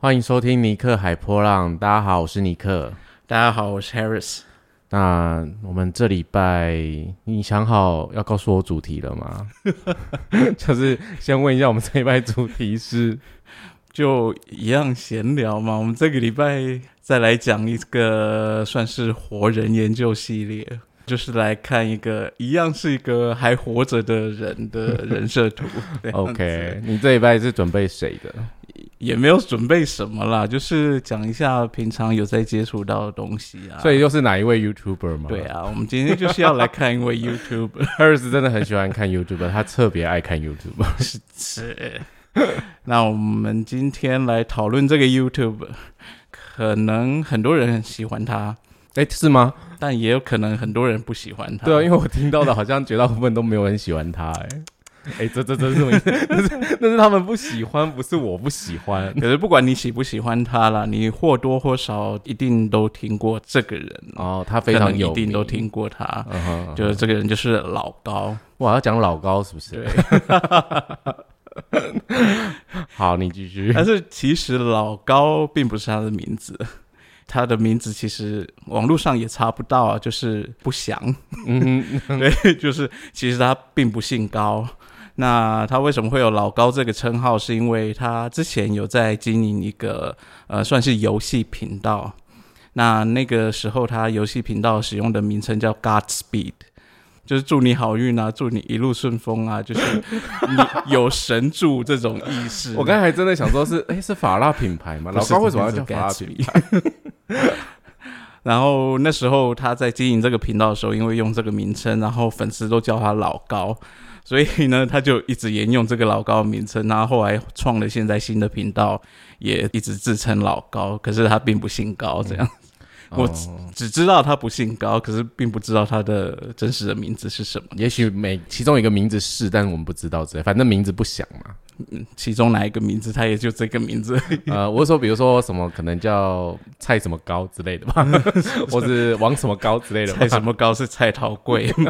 欢迎收听尼克海波浪。大家好，我是尼克。 大家好，我是 Harris。 那我们这礼拜，你想好要告诉我主题了吗？就是先问一下，我们这礼拜主题是就一样闲聊嘛。我们这个礼拜再来讲一个算是活人研究系列，就是来看一个一样是一个还活着的人的人设图。 OK， 你这礼拜是准备谁的？ 也没有准备什么啦，就是讲一下平常有在接触到的东西啊。 所以又是哪一位 YouTuber 吗？ 对啊，我们今天就是要来看一位 YouTuber。 Harris 真的很喜欢看 YouTuber， 他特别爱看 YouTuber。 是。那我们今天来讨论这个 YouTuber， 可能很多人很喜欢他， 是吗？ 但也有可能很多人不喜欢他。 对啊，因为我听到的好像绝大部分都没有人喜欢他。这是什么意思？那是他们不喜欢，不是我不喜欢。 可是不管你喜不喜欢他啦，你或多或少一定都听过这个人哦，他非常有名， 一定都听过他。就是这个人就是老高。 哇，要讲老高是不是？ 对。 好，你继续。 但是其实老高并不是他的名字，他的名字其实网络上也查不到啊，就是不详。对，就是其实他并不姓高。那他为什么会有老高这个称号？是因为他之前有在经营一个算是游戏频道。那个时候他游戏频道使用的名称叫 Godspeed， 就是祝你好运啊，祝你一路顺风啊，就是你有神助这种意思。 我刚才还真的想说是法拉品牌吗？老高为什么要叫法拉品牌？ 然后那时候他在经营这个频道的时候，因为用这个名称，然后粉丝都叫他老高，所以呢他就一直沿用这个老高的名称。然后后来创了现在新的频道，也一直自称老高，可是他并不姓高这样。我只知道他不姓高，可是并不知道他的真实的名字是什么。 也许其中一个名字是，但我们不知道之类，反正名字不详嘛。 其中哪一个名字，他也就这个名字。 我是说，比如说什么可能叫蔡什么高之类的吧，或是王什么高之类的吧。 蔡什么高是蔡桃贵吗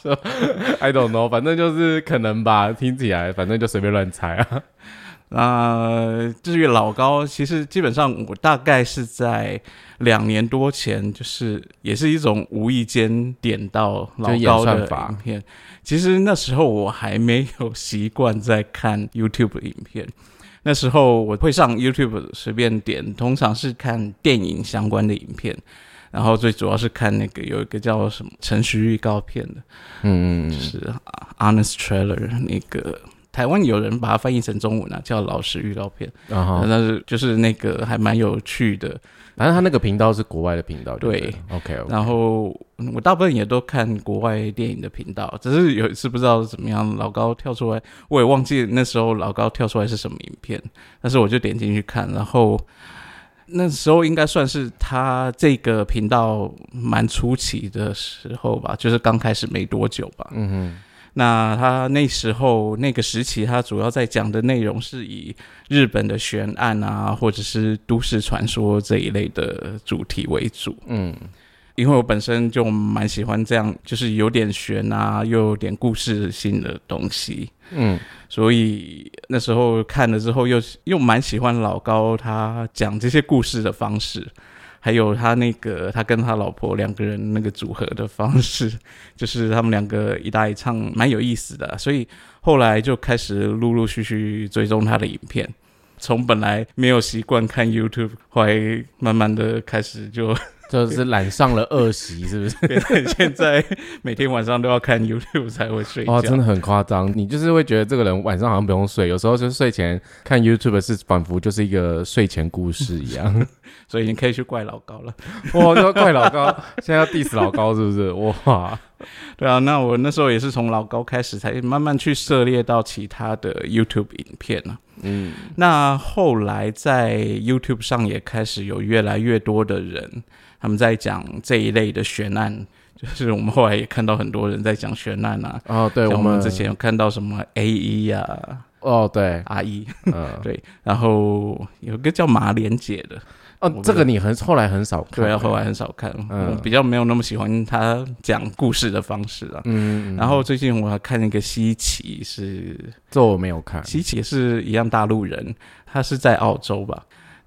？I don't know， 反正就是可能吧，听起来反正就随便乱猜啊。 至于老高，其实基本上我大概是在2年多前，就是也是一种无意间点到老高的影片。其实那时候我还没有习惯在看 YouTube 影片，那时候我会上 YouTube 随便点，通常是看电影相关的影片，然后最主要是看有一个叫什么诚实预告片的，就是 Honest Trailer， 那个台湾有人把它翻译成中文叫老实预告片，但是就是那个还蛮有趣的。 反正他那个频道是国外的频道， 对 ，OK。 然后我大部分也都看国外电影的频道，只是有一次不知道怎么样，老高跳出来，我也忘记那时候老高跳出来是什么影片，但是我就点进去看，然后那时候应该算是他这个频道蛮初期的时候吧，就是刚开始没多久吧。那他那时候那个时期，他主要在讲的内容是以日本的悬案啊，或者是都市传说这一类的主题为主。因为我本身就蛮喜欢这样，就是有点悬啊，又有点故事性的东西。所以那时候看了之后又蛮喜欢老高他讲这些故事的方式。还有他跟他老婆2个人那个组合的方式，就是他们2个一搭一唱，蛮有意思的。所以后来就开始陆陆续续追踪他的影片，从本来没有习惯看 YouTube， 后来慢慢的开始就是染上了恶习，是不是？ 现在每天晚上都要看 YouTube 才会睡觉。 哇，真的很夸张！你就是会觉得这个人晚上好像不用睡，有时候就是睡前看 YouTube 是仿佛就是一个睡前故事一样。 所以你可以去怪老高了。 哇，就怪老高，现在要 diss 老高是不是？哇， 对啊，那我那时候也是从老高开始，才慢慢去涉猎到其他的 YouTube 影片啊。那后来在 YouTube 上也开始有越来越多的人，他们在讲这一类的悬案，就是我们后来也看到很多人在讲悬案啊。 对， 我们之前有看到什么 A1 啊， 对 R1，对，然后有个叫马连姐的。 这个你后来很少看。 对啊，后来很少看，我比较没有那么喜欢他讲故事的方式啊。然后最近我还看那个西奇，这我没有看。 西奇也是一样大陆人，他是在澳洲吧。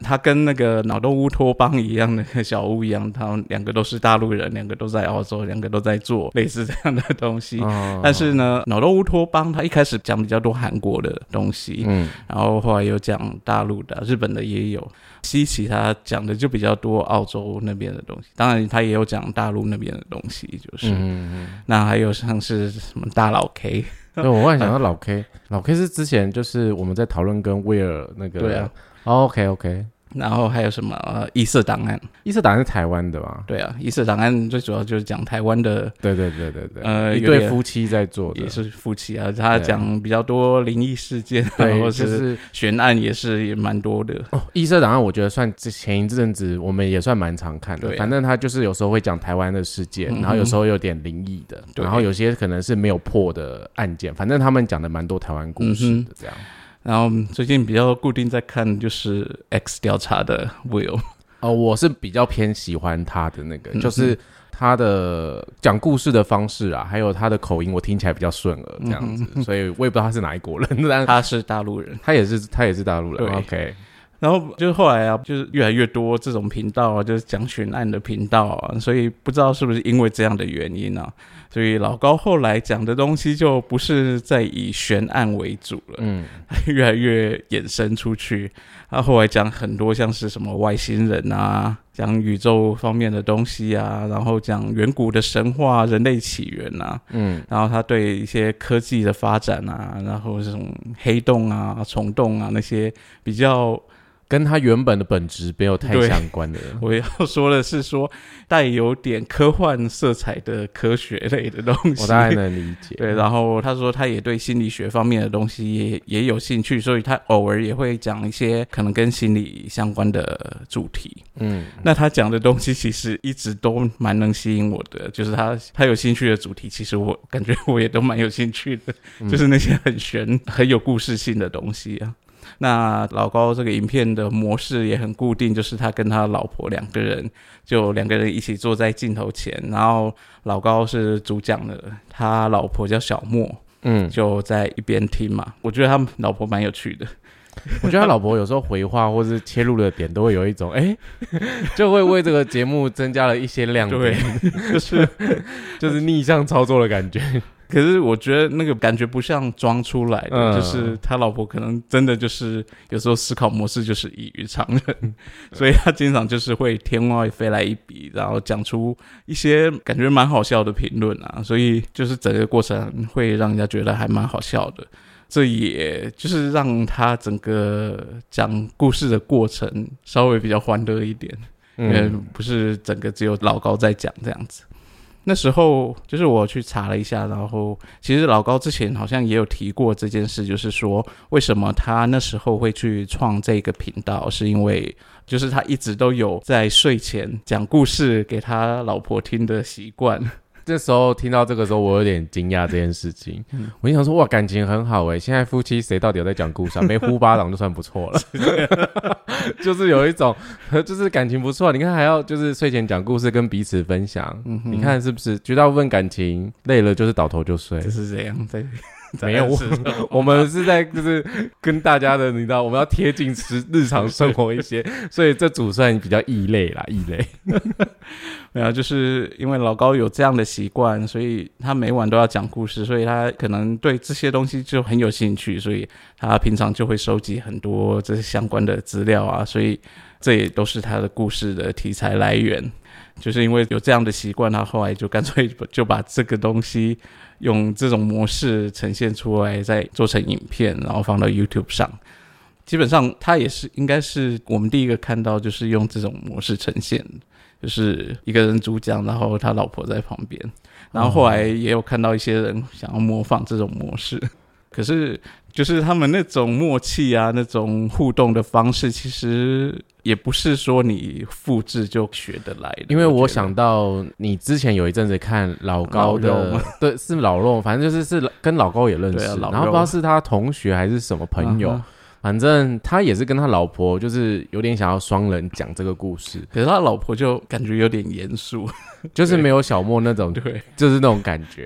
他跟那个脑洞乌托邦一样，那个小屋一样，他们两个都是大陆人，两个都在澳洲，两个都在做类似这样的东西。但是呢，脑洞乌托邦他一开始讲比较多韩国的东西，然后后来有讲大陆的，日本的也有。西奇他讲的就比较多澳洲那边的东西，当然他也有讲大陆那边的东西，就是那还有像是什么大佬 K。 对，我忽然想到老 K， 老 K 是之前就是我们在讨论跟威尔那个， 对啊 ，OK， 然后还有什么异色档案？ 异色档案是台湾的吧？ 对啊，异色档案最主要就是讲台湾的， 对，一对夫妻在做的， 也是夫妻啊。他讲比较多灵异事件， 对， 或是悬案也蛮多的。 异色档案我觉得算前一阵子我们也算蛮常看的，反正他就是有时候会讲台湾的事件，然后有时候有点灵异的，然后有些可能是没有破的案件，反正他们讲的蛮多台湾故事的这样。 然后最近比较固定在看就是 X 调查的 Will， 我是比较偏喜欢他的那个，就是他的讲故事的方式啊，还有他的口音，我听起来比较顺耳这样子，所以我也不知道他是哪一国人，但他是大陆人， 他也是大陆人 ，OK。 然后就是后来啊，就是越来越多这种频道啊，就是讲悬案的频道啊，所以不知道是不是因为这样的原因啊，所以老高后来讲的东西就不是在以悬案为主了，越来越衍生出去。他后来讲很多像是什么外星人啊，讲宇宙方面的东西啊，然后讲远古的神话、人类起源啊，然后他对一些科技的发展啊，然后这种黑洞啊、虫洞啊那些比较。 跟他原本的本质没有太相关的。 我要说的是说带有点科幻色彩的科学类的东西， 我大概能理解。 对，然后他说他也对心理学方面的东西也有兴趣，所以他偶尔也会讲一些可能跟心理相关的主题。那他讲的东西其实一直都蛮能吸引我的，就是他有兴趣的主题，其实我感觉我也都蛮有兴趣的，就是那些很玄、很有故事性的东西啊。那老高这个影片的模式也很固定，就是他跟他老婆两个人一起坐在镜头前，然后老高是主讲的，他老婆叫小莫，就在一边听嘛。我觉得他老婆蛮有趣的。 我觉得他老婆有时候回话或是切入的点都会有一种就会为这个节目增加了一些亮点，对，就是逆向操作的感觉。 可是我觉得那个感觉不像装出来的，就是他老婆可能真的就是有时候思考模式就是异于常人，所以他经常就是会天外飞来一笔，然后讲出一些感觉蛮好笑的评论啊，所以就是整个过程会让人家觉得还蛮好笑的。这也就是让他整个讲故事的过程稍微比较欢乐一点，因为不是整个只有老高在讲这样子。那时候就是我去查了一下，然后其实老高之前好像也有提过这件事，就是说为什么他那时候会去创这个频道，是因为就是他一直都有在睡前讲故事给他老婆听的习惯。 这时候听到这个时候，我有点惊讶这件事情。我就想说，哇，感情很好欸，现在夫妻谁到底有在讲故事啊？没呼巴掌就算不错了。就是有一种，就是感情不错。你看还要就是睡前讲故事跟彼此分享，你看是不是？绝大部分感情累了就是倒头就睡， 就是这样。对。 没有，我们是在就是跟大家的，你知道，我们要贴近日常生活一些，所以这组算比较异类啦，异类。 没有，就是因为老高有这样的习惯，所以他每晚都要讲故事，所以他可能对这些东西就很有兴趣，所以他平常就会收集很多这些相关的资料啊，所以这也都是他的故事的题材来源。就是因为有这样的习惯，他后来就干脆就把这个东西用这种模式呈现出来，再做成影片，然后放到 YouTube 上。基本上他也是应该是我们第一个看到就是用这种模式呈现，就是一个人主讲，然后他老婆在旁边。然后后来也有看到一些人想要模仿这种模式，可是就是他们那种默契啊，那种互动的方式，其实也不是说你复制就学得来的。 因为我想到你之前有一阵子看老高的，对，是老肉，反正就是跟老高也认识，然后不知道是他同学还是什么朋友，反正他也是跟他老婆就是有点想要双人讲这个故事， 可是他老婆就感觉有点严肃， 就是没有小莫那种，对，就是那种感觉。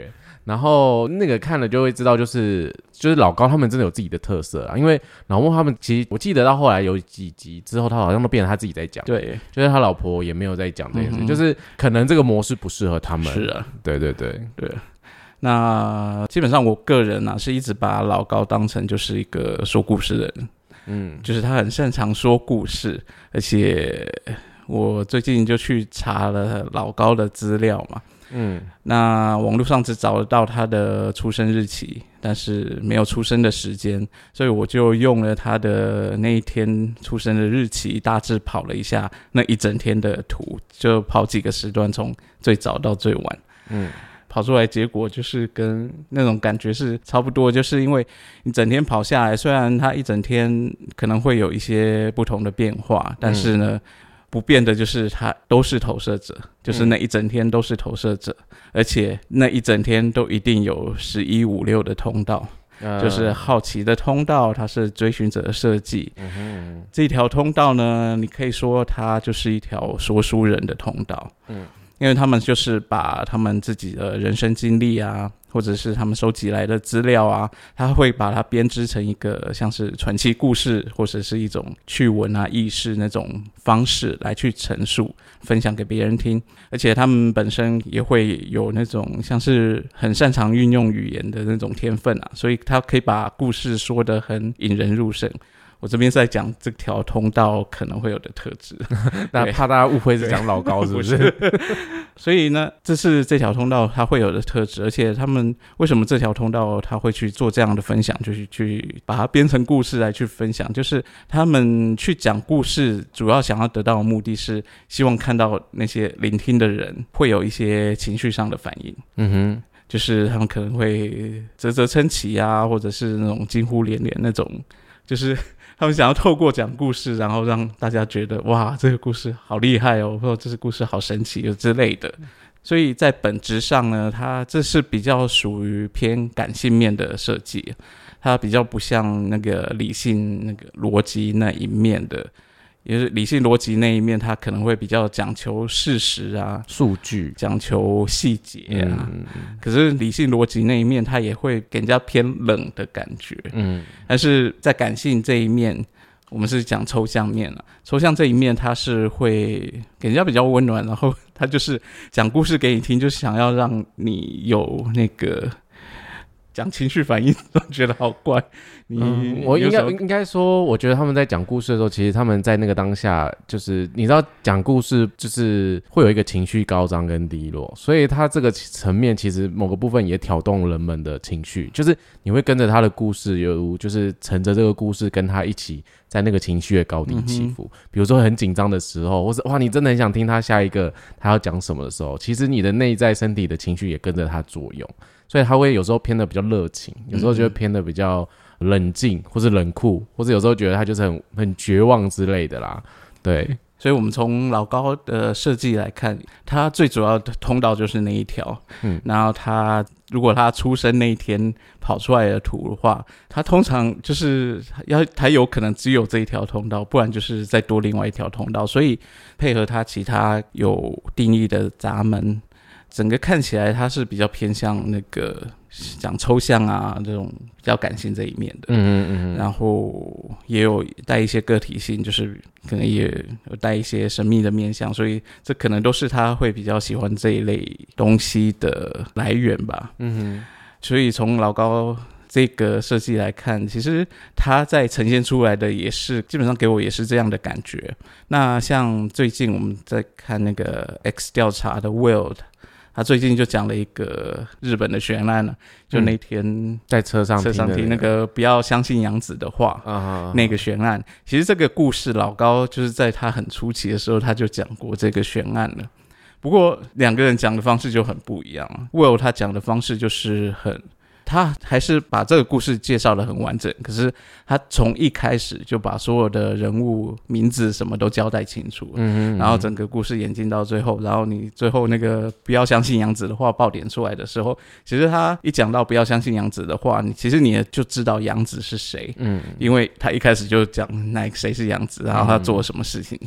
然后那个看了就会知道，就是老高他们真的有自己的特色啊。因为老莫他们其实我记得到后来有几集之后，他好像都变成他自己在讲， 对， 就是他老婆也没有在讲这件事，就是可能这个模式不适合他们。 是啊， 对对对对。那基本上我个人啊是一直把老高当成就是一个说故事的人，就是他很擅长说故事，而且我最近就去查了老高的资料嘛，那网络上只找得到他的出生日期，但是没有出生的时间，所以我就用了他的那一天出生的日期，大致跑了一下那一整天的图，就跑几个时段，从最早到最晚，跑出来结果就是跟那种感觉是差不多，就是因为你整天跑下来，虽然它一整天可能会有一些不同的变化，但是呢，不变的就是它都是投射者，就是那一整天都是投射者，而且那一整天都一定有1156的通道。就是好奇的通道，它是追寻者的设计。这条通道呢，你可以说它就是一条说书人的通道。因为他们就是把他们自己的人生经历啊，或者是他们收集来的资料啊，他会把它编织成一个像是传奇故事，或者是一种趣闻啊、轶事那种方式来去陈述、分享给别人听。而且他们本身也会有那种像是很擅长运用语言的那种天分啊，所以他可以把故事说得很引人入胜。我这边是在讲这条通道可能会有的特质， 那怕大家误会是讲老高是不是？ 所以呢，这是这条通道它会有的特质，而且他们为什么这条通道他会去做这样的分享，就是去把它编成故事来去分享，就是他们去讲故事主要想要得到的目的是希望看到那些聆听的人会有一些情绪上的反应。就是他们可能会啧啧称奇啊，或者是那种惊呼连连那种，就是他们想要透过讲故事，然后让大家觉得哇，这个故事好厉害哦，或者这个故事好神奇之类的。所以在本质上呢，它这是比较属于偏感性面的设计，它比较不像那个理性那个逻辑那一面的。也是理性逻辑那一面，它可能会比较讲求事实啊、 数据， 讲求细节啊。可是理性逻辑那一面，它也会给人家偏冷的感觉。但是在感性这一面，我们是讲抽象面啊。抽象这一面，它是会给人家比较温暖，然后它就是讲故事给你听，就是想要让你有那个讲情绪反应，都觉得好怪。 我应该说，我觉得他们在讲故事的时候，其实他们在那个当下，就是你知道讲故事就是会有一个情绪高涨跟低落，所以他这个层面其实某个部分也挑动人们的情绪，就是你会跟着他的故事，就是乘着这个故事跟他一起在那个情绪的高低起伏。比如说很紧张的时候，或是哇你真的很想听他下一个他要讲什么的时候，其实你的内在身体的情绪也跟着他作用，所以他会有时候偏的比较热情，有时候就会偏的比较冷静，或是冷酷，或是有时候觉得他就是很绝望之类的啦。对， 所以我们从老高的设计来看，他最主要的通道就是那一条。然后如果他出生那一天跑出来的图的话，他通常就是他有可能只有这一条通道，不然就是再多另外一条通道，所以配合他其他有定义的闸门，整个看起来它是比较偏向那个讲抽象啊这种比较感性这一面的。然后也有带一些个体性，就是可能也有带一些神秘的面向，所以这可能都是他会比较喜欢这一类东西的来源吧。所以从老高这个设计来看，其实他在呈现出来的也是基本上给我也是这样的感觉。那像最近我们在看那个 X 调查的 Will，他最近就讲了一个日本的悬案了，就那天在车上听那个不要相信杨子的话，那个悬案。其实这个故事老高就是在他很初期的时候他就讲过这个悬案了，不过两个人讲的方式就很不一样。Will 他讲的方式就是他还是把这个故事介绍得很完整，可是他从一开始就把所有的人物名字什么都交代清楚，然后整个故事演进到最后，然后你最后那个不要相信杨子的话爆点出来的时候，其实他一讲到不要相信杨子的话，其实你也就知道杨子是谁，因为他一开始就讲谁是杨子，然后他做了什么事情。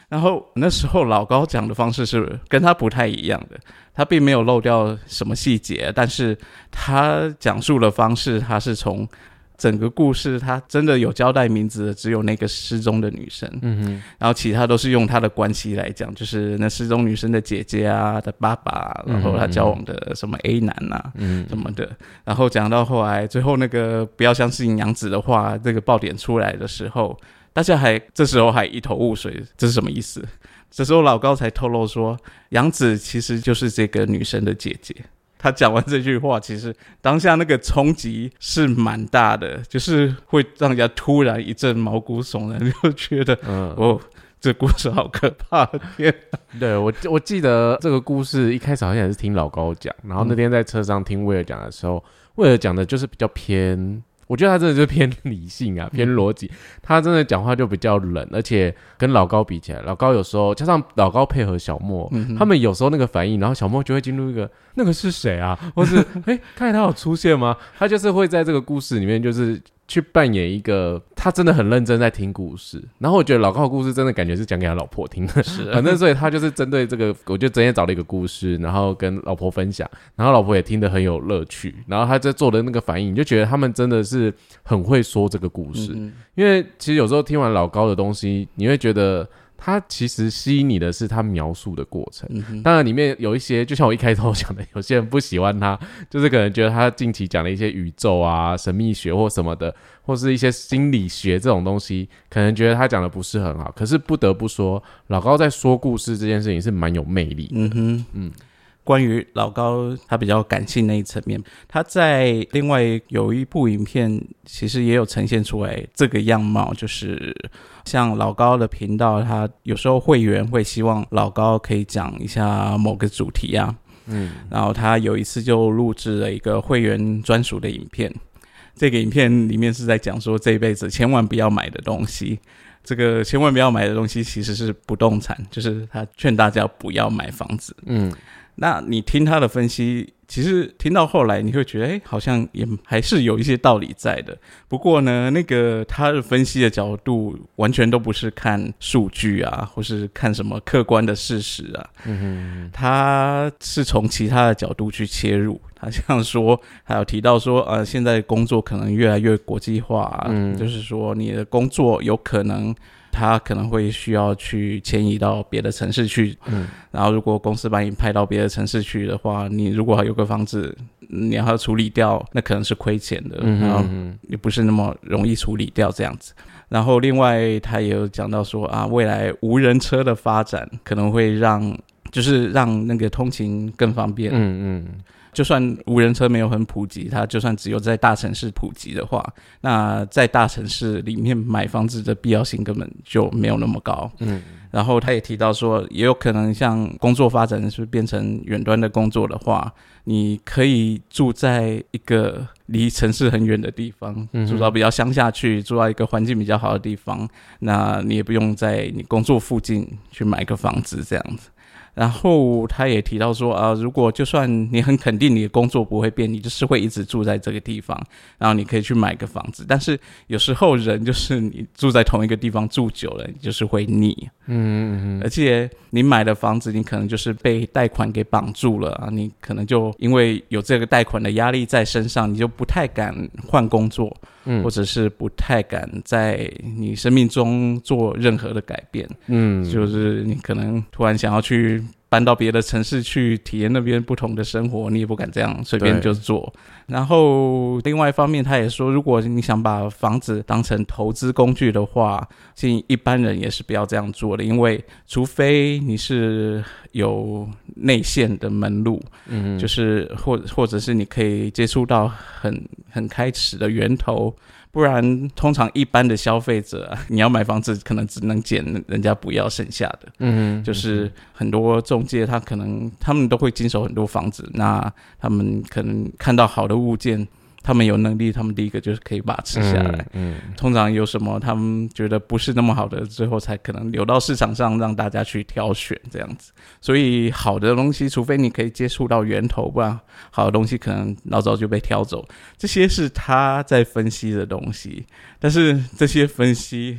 然后那时候老高讲的方式是跟他不太一样的，他并没有漏掉什么细节，但是他讲述的方式，他是从整个故事他真的有交代名字的只有那个失踪的女生，然后其他都是用他的关系来讲，就是那失踪女生的姐姐啊的爸爸，然后他交往的什么 A 男啊什么的，然后讲到后来最后那个不要相信杨子的话，这个爆点出来的时候，大家这时候还一头雾水，这是什么意思？这时候老高才透露说，杨子其实就是这个女生的姐姐。他讲完这句话，其实当下那个冲击是蛮大的，就是会让人家突然一阵毛骨悚然，就觉得这故事好可怕，天啊！ 对，我记得这个故事一开始好像也是听老高讲，然后那天在车上听威尔讲的时候，威尔讲的就是比较偏，我觉得他真的就是偏理性啊，偏逻辑。他真的讲话就比较冷，而且跟老高比起来，老高有时候加上老高配合小莫，他们有时候那个反应，然后小莫就会进入一个那个是谁啊，或是看他有出现吗？他就是会在这个故事里面就是去扮演一个他真的很认真在听故事，然后我觉得老高的故事真的感觉是讲给他老婆听的，是反正所以他就是针对这个，我就整天找了一个故事，然后跟老婆分享，然后老婆也听得很有乐趣，然后他在做的那个反应，你就觉得他们真的是很会说这个故事，因为其实有时候听完老高的东西，你会觉得他其实吸引你的是他描述的过程，当然里面有一些就像我一开头讲的，有些人不喜欢他，就是可能觉得他近期讲的一些宇宙啊神秘学或什么的，或是一些心理学这种东西，可能觉得他讲的不是很好，可是不得不说老高在说故事这件事情是蛮有魅力的。 关于老高他比较感性那一层面，他在另外有一部影片其实也有呈现出来这个样貌，就是像老高的频道，他有时候会员会希望老高可以讲一下某个主题啊，然后他有一次就录制了一个会员专属的影片，这个影片里面是在讲说这一辈子千万不要买的东西，这个千万不要买的东西其实是不动产，就是他劝大家不要买房子。那你听他的分析，其实听到后来你会觉得好像也还是有一些道理在的，不过呢那个他的分析的角度完全都不是看数据啊，或是看什么客观的事实啊，他是从其他的角度去切入。他像说还有提到说现在工作可能越来越国际化啊，就是说你的工作有可能他可能会需要去迁移到别的城市去，然后如果公司把你派到别的城市去的话，你如果有个房子你要处理掉，那可能是亏钱的，然后也不是那么容易处理掉这样子。然后另外他也有讲到说未来无人车的发展可能会让那个通勤更方便，就算无人车没有很普及，它就算只有在大城市普及的话，那在大城市里面买房子的必要性根本就没有那么高。然后他也提到说，也有可能像工作发展是变成远端的工作的话，你可以住在一个离城市很远的地方，住到比较乡下去，住到一个环境比较好的地方，那你也不用在你工作附近去买个房子这样子。然后他也提到说如果就算你很肯定你的工作不会变，你就是会一直住在这个地方，然后你可以去买个房子，但是有时候人就是你住在同一个地方住久了，你就是会腻，而且你买的房子你可能就是被贷款给绑住了你可能就因为有这个贷款的压力在身上，你就不太敢换工作，或者是不太敢在你生命中做任何的改变，就是你可能突然想要去搬到别的城市去体验那边不同的生活，你也不敢这样随便就做。然后另外一方面他也说，如果你想把房子当成投资工具的话，建议一般人也是不要这样做的，因为除非你是有内线的门路，就是或者是你可以接触到很开始的源头，不然通常一般的消费者你要买房子可能只能捡人家不要剩下的，就是很多中介他们都会经手很多房子，那他们可能看到好的物件，他们有能力，他们第一个就是可以把它吃下来，通常有什么他们觉得不是那么好的，最后才可能流到市场上让大家去挑选这样子。所以好的东西除非你可以接触到源头，不然好的东西可能老早就被挑走。这些是他在分析的东西，但是这些分析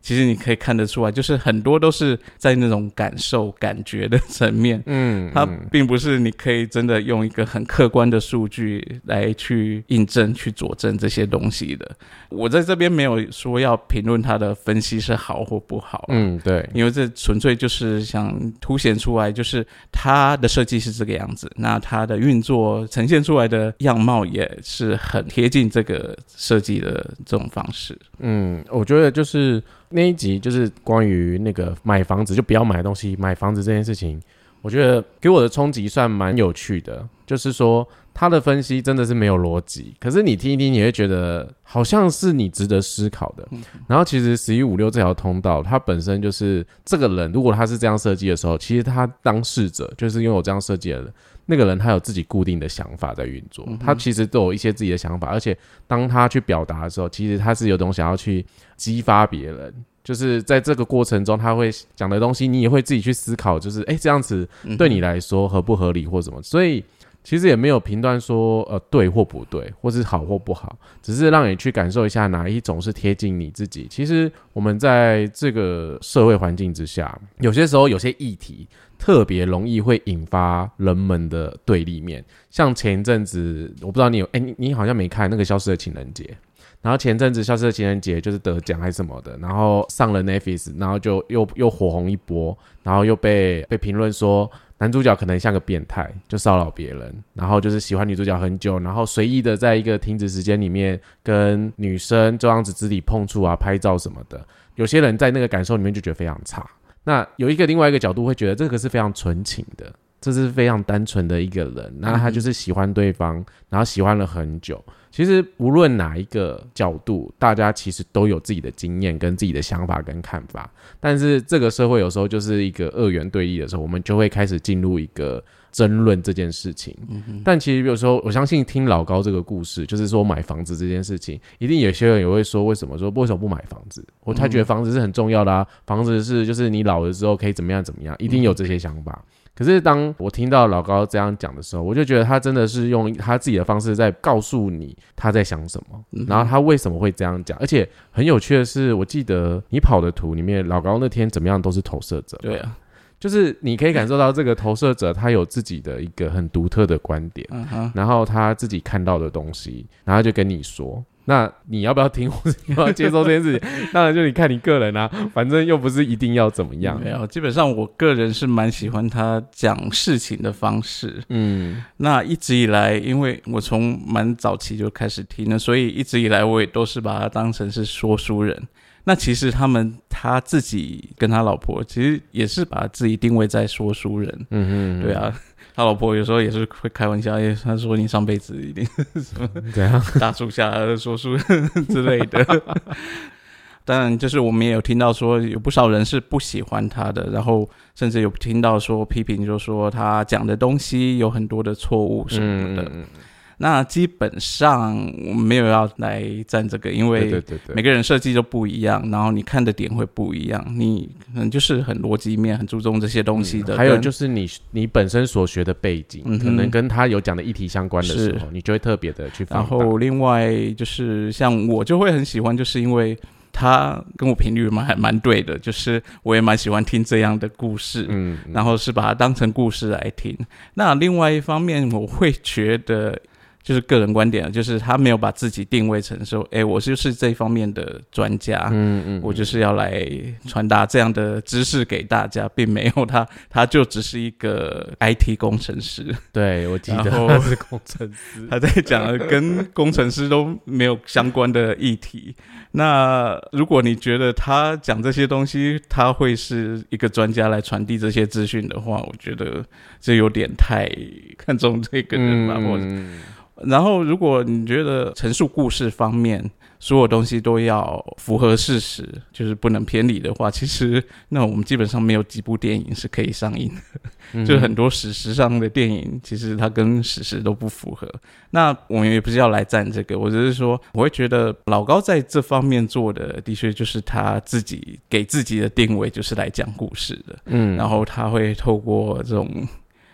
其实你可以看得出来，就是很多都是在那种感受感觉的层面，它并不是你可以真的用一个很客观的数据来去印证去佐证这些东西的。我在这边没有说要评论他的分析是好或不好， 对， 因为这纯粹就是想凸显出来，就是他的设计是这个样子，那他的运作呈现出来的样貌也是很贴近这个设计的这种方式。 我觉得就是那一集就是关于那个买房子就不要买东西买房子这件事情，我觉得给我的冲击算蛮有趣的，就是说他的分析真的是没有逻辑，可是你听一听你会觉得好像是你值得思考的。然后其实1156这条通道它本身就是这个人如果他是这样设计的时候，其实他当事者就是拥有这样设计的人，那个人他有自己固定的想法在运作，他其实都有一些自己的想法，而且当他去表达的时候，其实他是有种想要去激发别人，就是在这个过程中他会讲的东西你也会自己去思考，就是这样子对你来说合不合理或什么，所以其实也没有评断说对或不对或是好或不好，只是让你去感受一下哪一种是贴近你自己。其实我们在这个社会环境之下，有些时候有些议题特别容易会引发人们的对立面，像前一阵子我不知道你有你好像没看那个消失的情人节，然后前阵子消失的情人节就是得奖还是什么的，然后上了 Netflix， 然后就又火红一波，然后又被评论说男主角可能像个变态，就骚扰别人，然后就是喜欢女主角很久，然后随意的在一个停止时间里面跟女生这样子肢体碰触啊拍照什么的，有些人在那个感受里面就觉得非常差。那有另外一个角度会觉得这个是非常纯情的，这是非常单纯的一个人，那他就是喜欢对方，然后喜欢了很久。其实无论哪一个角度，大家其实都有自己的经验跟自己的想法跟看法，但是这个社会有时候就是一个二元对立的时候，我们就会开始进入一个争论这件事情。但其实有时候我相信听老高这个故事，就是说买房子这件事情，一定有些人也会说为什么不买房子，他觉得房子是很重要的啊，房子是就是你老了之后可以怎么样怎么样，一定有这些想法。可是当我听到老高这样讲的时候，我就觉得他真的是用他自己的方式在告诉你他在想什么，然后他为什么会这样讲。而且很有趣的是，我记得你跑的图里面老高那天怎么样都是投射者。 对啊， 就是你可以感受到这个投射者他有自己的一个很独特的观点，然后他自己看到的东西，然后就跟你说，那你要不要听或者你要不要接受这件事情当然就你看你个人啊，反正又不是一定要怎么样。 没有，基本上我个人是蛮喜欢他讲事情的方式。那一直以来因为我从蛮早期就开始听了，所以一直以来我也都是把他当成是说书人。那其实他自己跟他老婆其实也是把自己定位在说书人。对啊，他老婆有时候也是会开玩笑，他说你上辈子一定是什么怎样大树下说书之类的。当然就是我们也有听到说有不少人是不喜欢他的，然后甚至有听到说批评，就说他讲的东西有很多的错误什么的。那基本上我们没有要来站这个，因为每个人设计都不一样，然后你看的点会不一样，你可能就是很逻辑面很注重这些东西的。 还有就是你本身所学的背景，可能跟他有讲的议题相关的时候，你就会特别的去放大。 然后另外就是像我就会很喜欢，就是因为他跟我频率还蛮对的，就是我也蛮喜欢听这样的故事，然后是把它当成故事来听。那另外一方面我会觉得就是个人观点，就是他没有把自己定位成说我就是这方面的专家，我就是要来传达这样的知识给大家，并没有他就只是一个 IT 工程师。 对，我记得他是工程师， 他在讲跟工程师都没有相关的议题。那如果你觉得他讲这些东西他会是一个专家来传递这些资讯的话，我觉得这有点太看重这个人吧。然后如果你觉得陈述故事方面所有东西都要符合事实，就是不能偏离的话，其实那我们基本上没有几部电影是可以上映的。就是很多史实上的电影其实它跟史实都不符合。那我们也不是要来赞这个，我只是说我会觉得老高在这方面做的的确就是他自己给自己的定位就是来讲故事的。然后他会透过这种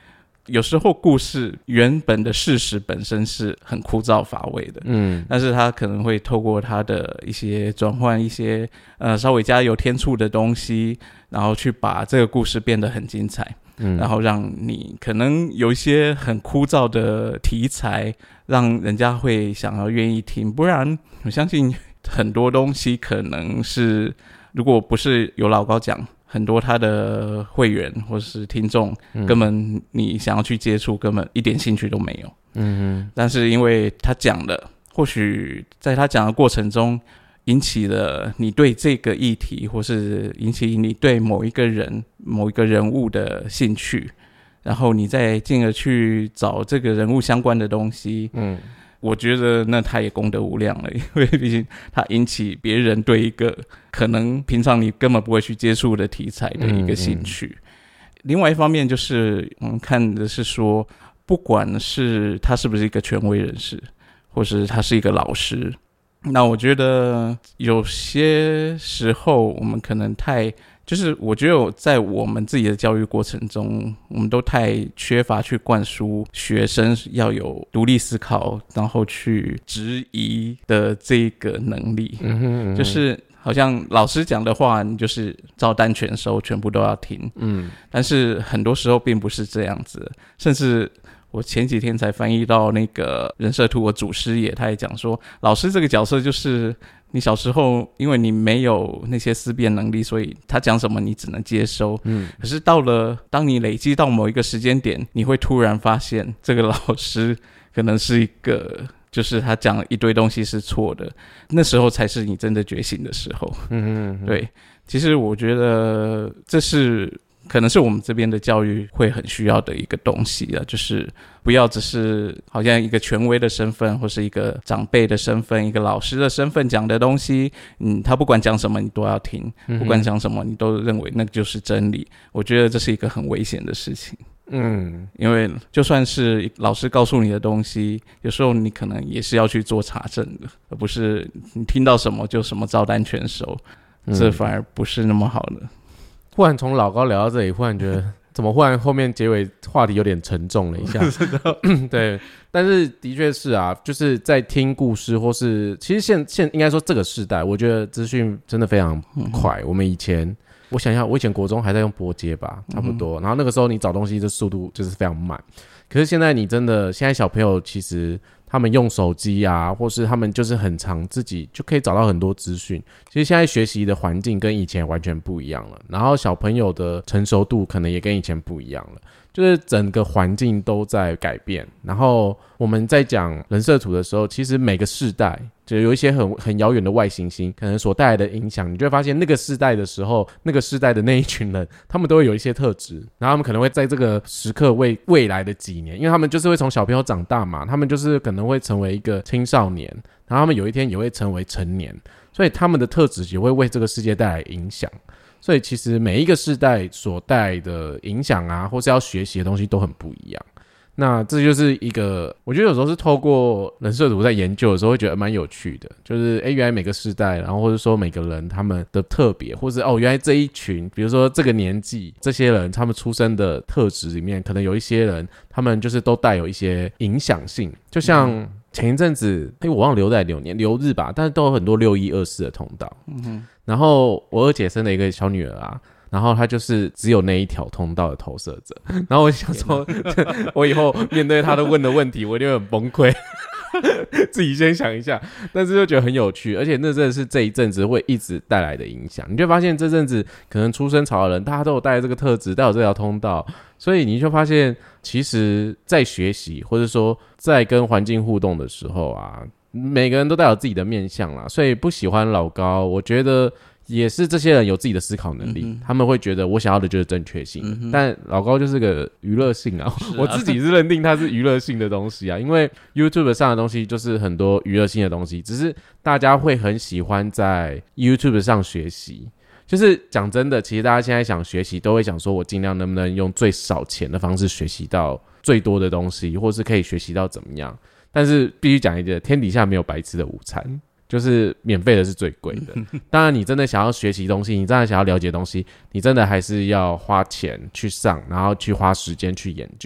有时候故事原本的事实本身是很枯燥乏味的，但是他可能会透过他的一些转换一些稍微加油添醋的东西，然后去把这个故事变得很精彩，然后让你可能有一些很枯燥的题材让人家会想要愿意听，不然我相信很多东西可能是如果不是有老高讲，很多他的会员或是听众根本你想要去接触根本一点兴趣都没有，但是因为他讲了，或许在他讲的过程中引起了你对这个议题，或是引起你对某一个人物的兴趣，然后你再进而去找这个人物相关的东西，我觉得那他也功德无量了，因为毕竟他引起别人对一个可能平常你根本不会去接触的题材的一个兴趣。另外一方面就是我们看的是说，不管是他是不是一个权威人士，或是他是一个老师，那我觉得有些时候我们可能就是我觉得在我们自己的教育过程中，我们都太缺乏去灌输学生要有独立思考，然后去质疑的这个能力。就是好像老师讲的话，你就是照单全收，全部都要听。但是很多时候并不是这样子，甚至我前几天才翻译到那个人社图我祖师爷，他也讲说，老师这个角色就是你小时候因为你没有那些思辨能力，所以他讲什么你只能接收。可是当你累积到某一个时间点，你会突然发现这个老师可能是一个，就是他讲一堆东西是错的，那时候才是你真的觉醒的时候。对，其实我觉得这是可能是我们这边的教育会很需要的一个东西了，就是不要只是好像一个权威的身份，或是一个长辈的身份，一个老师的身份讲的东西，他不管讲什么你都要听，不管讲什么你都认为那就是真理。我觉得这是一个很危险的事情。因为就算是老师告诉你的东西，有时候你可能也是要去做查证的，而不是你听到什么就什么照单全收，这反而不是那么好的。 忽然从老高聊到这里，忽然觉得怎么忽然后面结尾话题有点沉重了一下。对，但是的确是啊，就是在听故事，或是其实现应该说这个世代，我觉得资讯真的非常快。我们以前我想一下，我以前国中还在用拨接吧，差不多。然后那个时候你找东西的速度就是非常慢。可是现在现在小朋友其实他们用手机啊，或是他们就是很常自己就可以找到很多资讯。其实现在学习的环境跟以前完全不一样了，然后小朋友的成熟度可能也跟以前不一样了，就是整个环境都在改变。然后我们在讲人社图的时候，其实每个世代就有一些很遥远的外行星可能所带来的影响，你就会发现那个世代的时候，那个世代的那一群人他们都会有一些特质，然后他们可能会在这个时刻为未来的几年，因为他们就是会从小朋友长大嘛，他们就是可能会成为一个青少年，然后他们有一天也会成为成年，所以他们的特质也会为这个世界带来影响。所以其实每一个世代所带来的影响啊，或是要学习的东西都很不一样。那这就是一个我觉得有时候是透过人社图在研究的时候会觉得蛮有趣的，就是原来每个世代，然后或者说每个人他们的特别，或是原来这一群比如说这个年纪这些人他们出生的特质里面，可能有一些人他们就是都带有一些影响性。就像前一阵子我忘了留日吧，但是都有很多6124的通道。然后我二姐生了一个小女儿啊，然后她就是只有那一条通道的投射者，然后我想说我以后面对她的问的问题我一定会很崩溃自己先想一下，但是就觉得很有趣，而且那真的是这一阵子会一直带来的影响。你就发现这阵子可能出生潮的人大家都有带这个特质，带有这条通道，所以你就发现其实在学习或者说在跟环境互动的时候啊，每个人都带有自己的面向啦，所以不喜欢老高我觉得也是这些人有自己的思考能力，他们会觉得我想要的就是正确性，但老高就是个娱乐性啊，我自己是认定它是娱乐性的东西啊，因为 YouTube 上的东西就是很多娱乐性的东西，只是大家会很喜欢在 YouTube 上学习。就是讲真的，其实大家现在想学习都会想说我尽量能不能用最少钱的方式学习到最多的东西，或是可以学习到怎么样，但是必须讲一个，天底下没有白吃的午餐，就是免费的是最贵的当然你真的想要学习东西，你真的想要了解东西，你真的还是要花钱去上，然后去花时间去研究，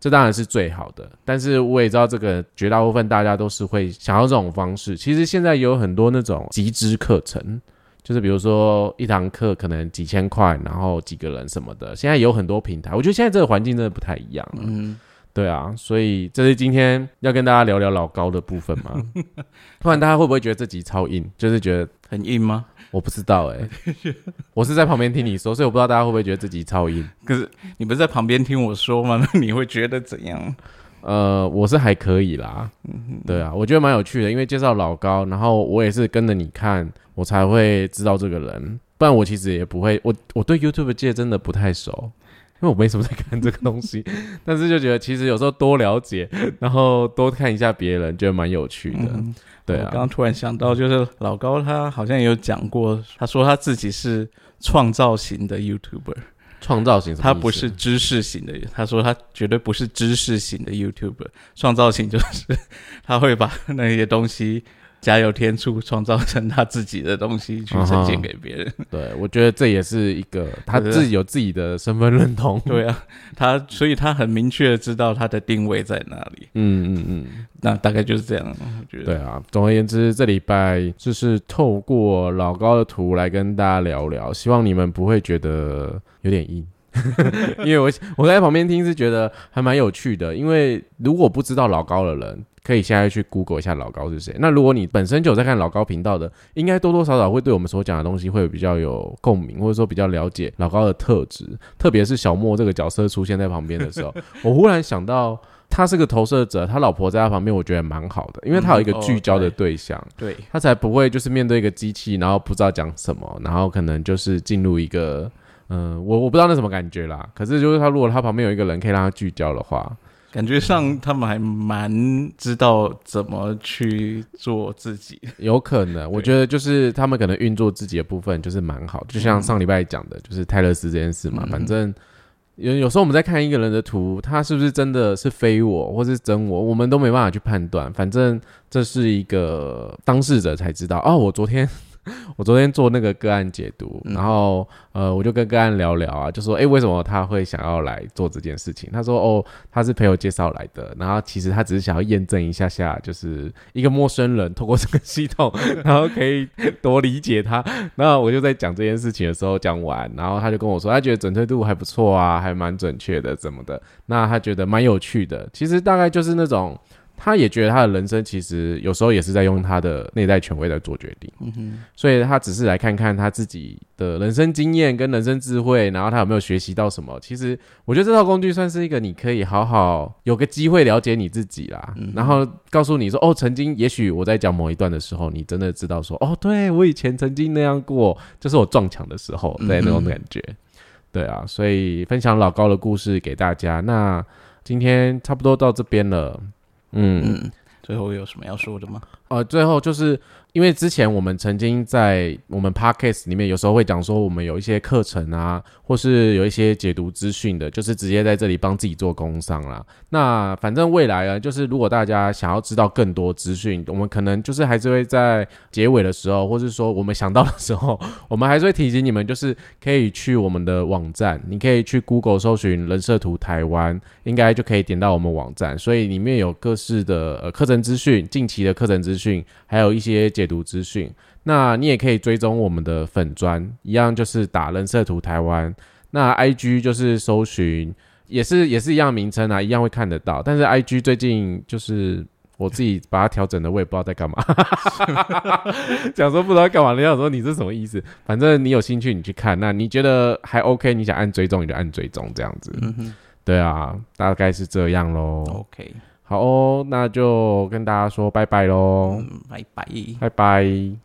这当然是最好的，但是我也知道这个绝大部分大家都是会想要这种方式。其实现在有很多那种集资课程，就是比如说一堂课可能几千块，然后几个人什么的，现在有很多平台。我觉得现在这个环境真的不太一样了。对啊，所以这是今天要跟大家聊聊老高的部分嘛。不然大家会不会觉得这集超硬？就是觉得很硬吗？ 我不知道我是在旁边听你说，所以我不知道大家会不会觉得这集超硬。 可是你不是在旁边听我说吗？那你会觉得怎样？ 我是还可以啦。对啊，我觉得蛮有趣的，因为介绍老高，然后我也是跟着你看，我才会知道这个人。不然我其实也不会，我对 YouTube 界真的不太熟。因为我没什么在看这个东西，但是就觉得其实有时候多了解，然后多看一下别人，觉得蛮有趣的。对啊， 我刚刚突然想到，就是老高他好像也有讲过，他说他自己是创造型的 YouTuber。 创造型什么意思？ 他不是知识型的，他说他绝对不是知识型的 YouTuber。创造型就是他会把那些东西加油添醋，创造成他自己的东西去呈现给别人。 对，我觉得这也是一个他自己有自己的身份认同。 对啊，所以他很明确的知道他的定位在哪里。那大概就是这样，我觉得。对啊，总而言之，这礼拜就是透过老高的图来跟大家聊聊，希望你们不会觉得有点硬。因为我在旁边听是觉得还蛮有趣的，因为如果不知道老高的人，可以现在去 Google 一下老高是谁。那如果你本身就有在看老高频道的，应该多多少少会对我们所讲的东西会比较有共鸣，或者说比较了解老高的特质。特别是小莫这个角色出现在旁边的时候，我忽然想到他是个投射者，他老婆在他旁边，我觉得蛮好的，因为他有一个聚焦的对象， 对， 他才不会就是面对一个机器，然后不知道讲什么，然后可能就是进入一个我不知道那什么感觉啦。可是就是如果他旁边有一个人可以让他聚焦的话， 感觉上他们还蛮知道怎么去做自己。 有可能，我觉得就是他们可能运作自己的部分就是蛮好的，就像上礼拜讲的，就是泰勒斯这件事嘛。反正有时候我们在看一个人的图，他是不是真的是非我或是真我，我们都没办法去判断。反正这是一个当事者才知道。我昨天做那个个案解读，然后我就跟个案聊聊啊，就说为什么他会想要来做这件事情？他说他是朋友介绍来的，然后其实他只是想要验证一下，就是一个陌生人透过这个系统，然后可以多理解他。那我就在讲这件事情的时候讲完，然后他就跟我说，他觉得准确度还不错啊，还蛮准确的，怎么的？那他觉得蛮有趣的。其实大概就是那种。他也觉得他的人生其实有时候也是在用他的内在权威在做决定，所以他只是来看看他自己的人生经验跟人生智慧，然后他有没有学习到什么。其实我觉得这套工具算是一个你可以好好有个机会了解你自己啦，然后告诉你说曾经也许我在讲某一段的时候，你真的知道说对，我以前曾经那样过，就是我撞墙的时候对那种感觉。对啊，所以分享老高的故事给大家。那今天差不多到这边了。 最后有什么要说的吗？ 最后就是因为之前我们曾经在我们 podcast 里面有时候会讲说我们有一些课程啊，或是有一些解读资讯的，就是直接在这里帮自己做工商啦。那反正未来就是如果大家想要知道更多资讯，我们可能就是还是会在结尾的时候，或是说我们想到的时候，我们还是会提醒你们，就是可以去我们的网站，你可以去 Google 搜寻人设图台湾，应该就可以点到我们网站，所以里面有各式的课程资讯，近期的课程资讯，还有一些解读资讯。那你也可以追踪我们的粉专，一样就是打人设图台湾。那 IG 就是搜寻，也是一样名称啊，一样会看得到。但是 IG 最近就是我自己把它调整的，我也不知道在干嘛。讲说不知道干嘛，人家想说你是什么意思？反正你有兴趣你去看，那你觉得还 OK， 你想按追踪你就按追踪这样子。对啊，大概是这样咯。 OK。 好那就跟大家说拜拜咯。 拜拜。 拜拜。